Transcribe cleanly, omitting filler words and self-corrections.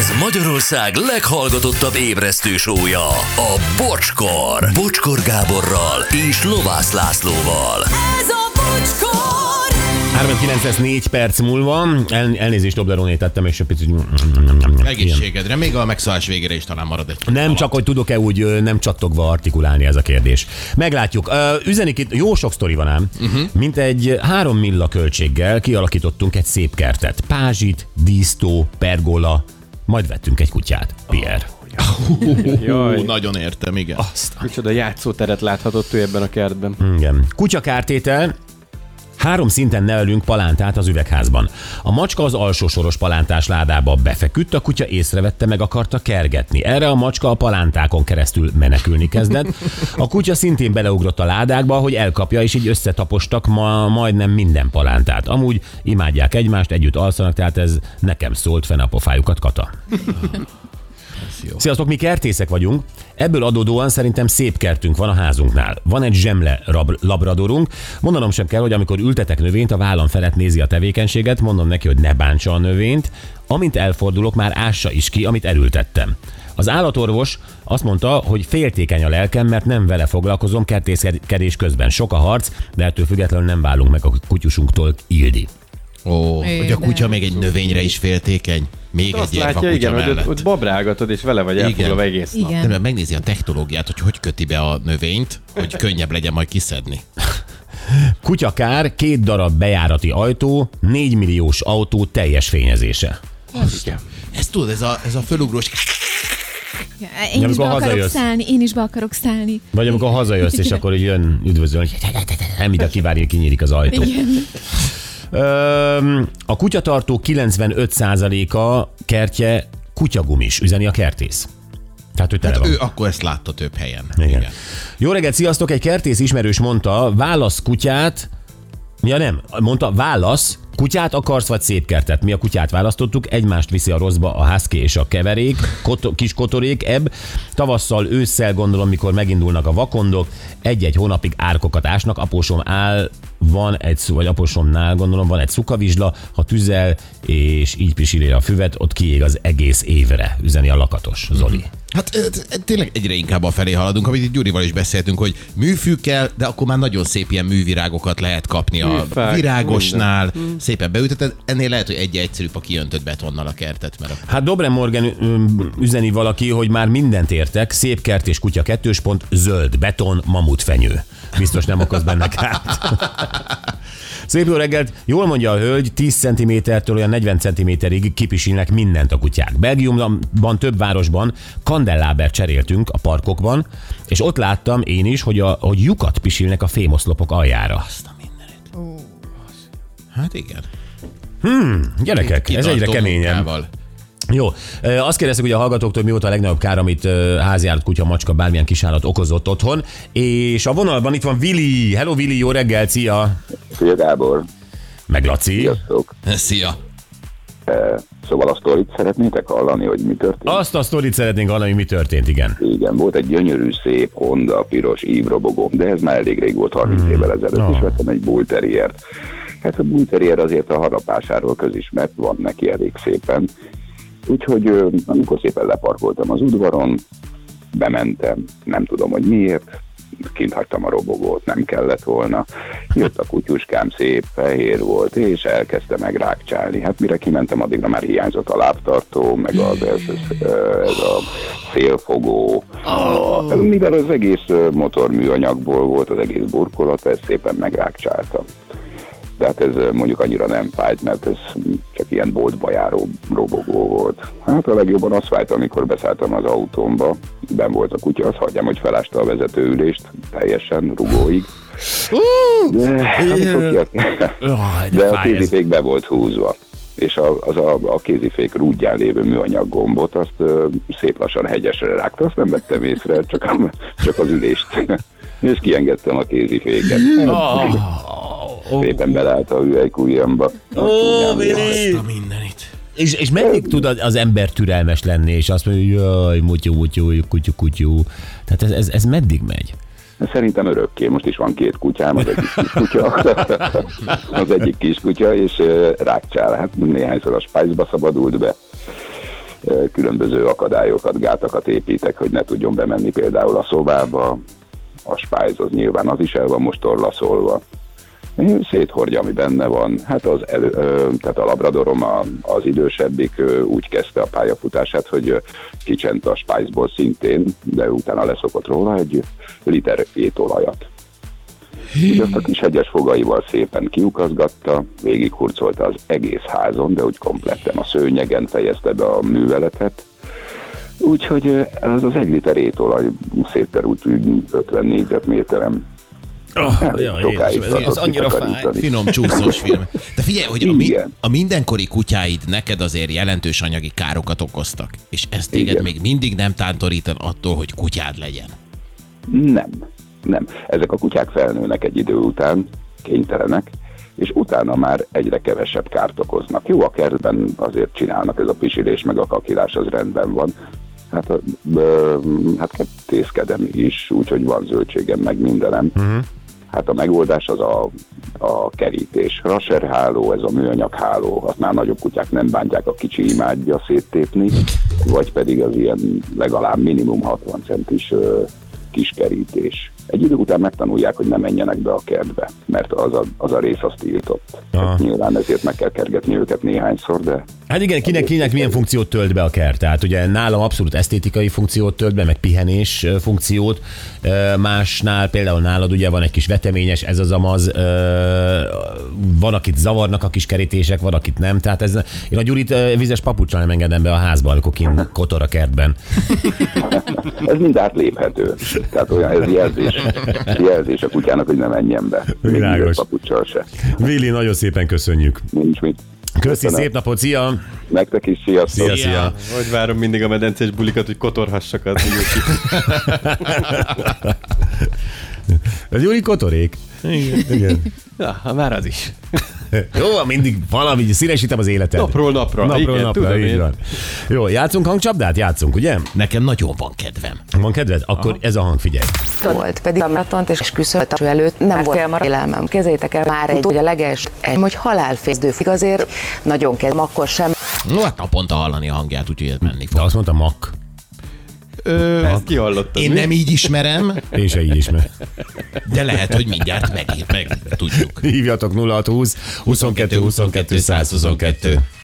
Ez Magyarország leghallgatottabb ébresztő show-ja, a Bocskor. Bocskor Gáborral és Lovász Lászlóval. Ez a Bocskor! 3:09 lesz 4 perc múlva. Elnézést, Toblerónét tettem, és egy picit... Egészségedre, még a megszállás végére is talán marad egy. Nem csak, hogy tudok-e úgy nem csattogva artikulálni, ez a kérdés. Meglátjuk. Üzenik itt, jó sok sztori van ám. Mint egy 3 milla költséggel kialakítottunk egy szép kertet. Pázsit, dísztó, pergola, majd vettünk egy kutyát. Pierre. Nagyon értem, igen. Micsoda játszóteret láthatott ő ebben a kertben. Igen. Kutyakártétel. 3 szinten nevelünk palántát az üvegházban. A macska az alsó soros palántás ládába befeküdt, a kutya észrevette, meg akarta kergetni. Erre a macska a palántákon keresztül menekülni kezdett. A kutya szintén beleugrott a ládákba, hogy elkapja, és így összetapostak majdnem minden palántát. Amúgy imádják egymást, együtt alszanak, tehát ez nekem szólt, fene a pofájukat, Kata. Sziasztok, mi kertészek vagyunk. Ebből adódóan szerintem szép kertünk van a házunknál. Van egy zsemle labradorunk. Mondanom sem kell, hogy amikor ültetek növényt, a vállam felett nézi a tevékenységet, mondom neki, hogy ne bántsa a növényt. Amint elfordulok, már ássa is ki, amit elültettem. Az állatorvos azt mondta, hogy féltékeny a lelkem, mert nem vele foglalkozom kertészkedés közben. Sok a harc, de ettől függetlenül nem válunk meg a kutyusunktól, Ildi. Hogy a kutya még egy növényre is féltékeny. Még azt egy ilyen látja, fakutya igen, mellett. hogy babrágatod, és vele vagy elfoglalva egész nap. Igen. De megnézi a technológiát, hogy köti be a növényt, hogy könnyebb legyen majd kiszedni. Kutyakár, 2 darab bejárati ajtó, 4 milliós autó teljes fényezése. Ez tudod, ez a fölugrós... Én is be amikor akarok hazajössz. szállni, én is be akarok szállni. Vagy amikor hazajössz, és akkor így jön üdvözölni, nem ide kivárja, kinyílik az ajtó. Igen. A kutyatartó 95%-a kertje kutyagumis, üzeni a kertész. Tehát, hogy tele Hát van. ő akkor ezt látta több helyen. Igen. Jó reggelt, sziasztok! Egy kertész ismerős mondta, válasz kutyát, mondta, válasz, kutyát akarsz, vagy szép kertet? Mi a kutyát választottuk, egymást viszi a rosszba a husky és a keverék, kis kotorék, tavasszal, ősszel gondolom, mikor megindulnak a vakondok, 1-1 hónapig árkokat ásnak, apósom apósomnál gondolom van egy szukavizsla, ha tüzel, és így pisíli a füvet, ott kiég az egész évre, üzeni a lakatos, Zoli. Hát tényleg egyre inkább afelé haladunk, amit itt Gyurival is beszéltünk, hogy műfű kell, de akkor már nagyon szép ilyen művirágokat lehet kapni a virágosnál, szépen beülteted. Ennél lehet, hogy egyszerűbb a kiöntött betonnal a kertet. Mert Hát Dobre Morgan üzeni valaki, hogy már mindent értek, szép kert és kutya 2. zöld, beton, mamutfenyő. Biztos nem okoz benne kárt. Szép jó reggelt! Jól mondja a hölgy, 10 cm-től olyan 40 cm-ig kipisilnek mindent a kutyák. Belgiumban több városban kandellábert cseréltünk a parkokban, és ott láttam én is, hogy lyukat pisilnek a fémoszlopok aljára. azt a mindenit. Hát igen. Gyerekek, ez egyre keményebb. munkával. Jó, azt kérdeztek ugye a hallgatóktól, mi volt a legnagyobb kár, amit háziállat, kutya, macska, bármilyen kisállat okozott otthon, és a vonalban itt van Vili. Hello Vili, jó reggel, szia! Szia Gábor, Meg Laci. sziasztok! Szia! Szóval a sztorit szeretnétek hallani, hogy mi történt? Azt a sztorit szeretnénk hallani, mi történt, igen. Igen, volt egy gyönyörű, szép Honda, piros ívrobogóm, de ez már elég rég volt, 30 évvel ezelőtt, és vettem egy Bull Terriert. Hát a Bull Terrier azért a harapásáról közismert, van neki elég szépen. Úgyhogy amikor szépen leparkoltam az udvaron, bementem, nem tudom, hogy miért, kint hagytam a robogót, nem kellett volna. Jött a kutyuskám, szép, fehér volt, és elkezdte megrákcsálni. Hát mire kimentem, addigra már hiányzott a lábtartó, meg ez a szélfogó. Mivel az egész motor műanyagból volt, az egész burkolat, ez szépen megrákcsálta. De hát ez mondjuk annyira nem fájt, mert ez csak ilyen boltba járó robogó volt. Hát a legjobban az fájt, amikor beszálltam az autómba, benn volt a kutya, azt hagyjam, hogy felásta a vezetőülést teljesen rugóig. De a kézifék be volt húzva, és a kézifék rúdján lévő műanyag gombot, azt szép lassan hegyesre rágta, azt nem vettem észre, csak az ülést. És kiengedtem a kéziféket. Szépen belállt a hüvelykujjamba. Vili! A mindenit. És meddig tud az ember türelmes lenni, és azt mondja, hogy jaj, mutyú, kutyú. Tehát ez meddig megy? Szerintem örökké. Most is van 2 kutyám, az egyik kiskutya, az egyik kiskutya, és rákcsál. Hát néhányszor a spájzba szabadult be. különböző akadályokat, gátakat építek, hogy ne tudjon bemenni például a szobába. A spájz az nyilván az is el van most torlaszolva. Széthordja, ami benne van. Hát tehát a labradorom, az idősebbik úgy kezdte a pályafutását, hogy kicsent a spájzból szintén, de utána leszokott róla egy liter étolajat. Úgy azt a kis hegyes fogaival szépen kiukazgatta, végighurcolta az egész házon, de úgy kompletten a szőnyegen fejezte be a műveletet. Úgyhogy ez az 1 liter étolaj szépen úgy 50 négyzetméteren. Az annyira fáj. Finom csúszós film. De figyelj, hogy a mindenkori kutyáid neked azért jelentős anyagi károkat okoztak, és ez téged még mindig nem tántorít attól, hogy kutyád legyen. Nem. Ezek a kutyák felnőnek egy idő után, kénytelenek, és utána már egyre kevesebb kárt okoznak. Jó, a kertben azért csinálnak, ez a pisilés meg a kakilás, az rendben van. Hát kettészkedem is, úgyhogy van zöldségem, meg mindenem. Hát a megoldás az a kerítés. Raserháló, ez a műanyag háló, azt már nagyobb kutyák nem bántják, a kicsi imádja széttépni, vagy pedig az ilyen legalább minimum 60 centis kis kerítés. Egy idő után megtanulják, hogy ne menjenek be a kertbe, mert az a rész az tiltott. Nyilván ezért meg kell kergetni őket néhányszor, de... Hát igen, kinek milyen funkciót tölt be a kert. Tehát ugye nálam abszolút esztétikai funkciót tölt be, meg pihenés funkciót. Másnál, például nálad ugye van egy kis veteményes, ez az amaz. Van, akit zavarnak a kis kerítések, van, akit nem. Tehát én a Gyurit vizes papuccsal nem engedem be a házba, amikor kint kotor a kertben. Ez mind átléphető. Tehát olyan ez jelzés a kutyának, hogy ne menjen be. Világos. Papuccsal se. Vili, nagyon szépen köszönjük. Nincs mit. Köszi, szép napot, szia! Nektek is, sziasztok! Szia. Hogy várom mindig a medencés bulikat, hogy kotorhassak az A Gyuri kotorék. Igen. Ja, már az is. Jó, mindig valami, színesítem az életet. Napról napra. Igen, tudom így van. Jó, játszunk hangcsapdát? Játszunk, ugye? Nekem nagyon van kedvem. Van kedved? Akkor ez a hang, figyelj. Volt, pedig a maratont és küszölt előtt nem volt kell élelmem. Kezétek el már egy, hogy a hogy halálfézdőfig azért nagyon kedvem, akkor sem. No, hát naponta hallani a hangját, úgyhogy ez menni fog. De azt mondta Mak. Ezt kihallottad. Én nem így ismerem. Én se így ismerem. De lehet, hogy mindjárt meg tudjuk. Hívjatok 0620 22 22 122.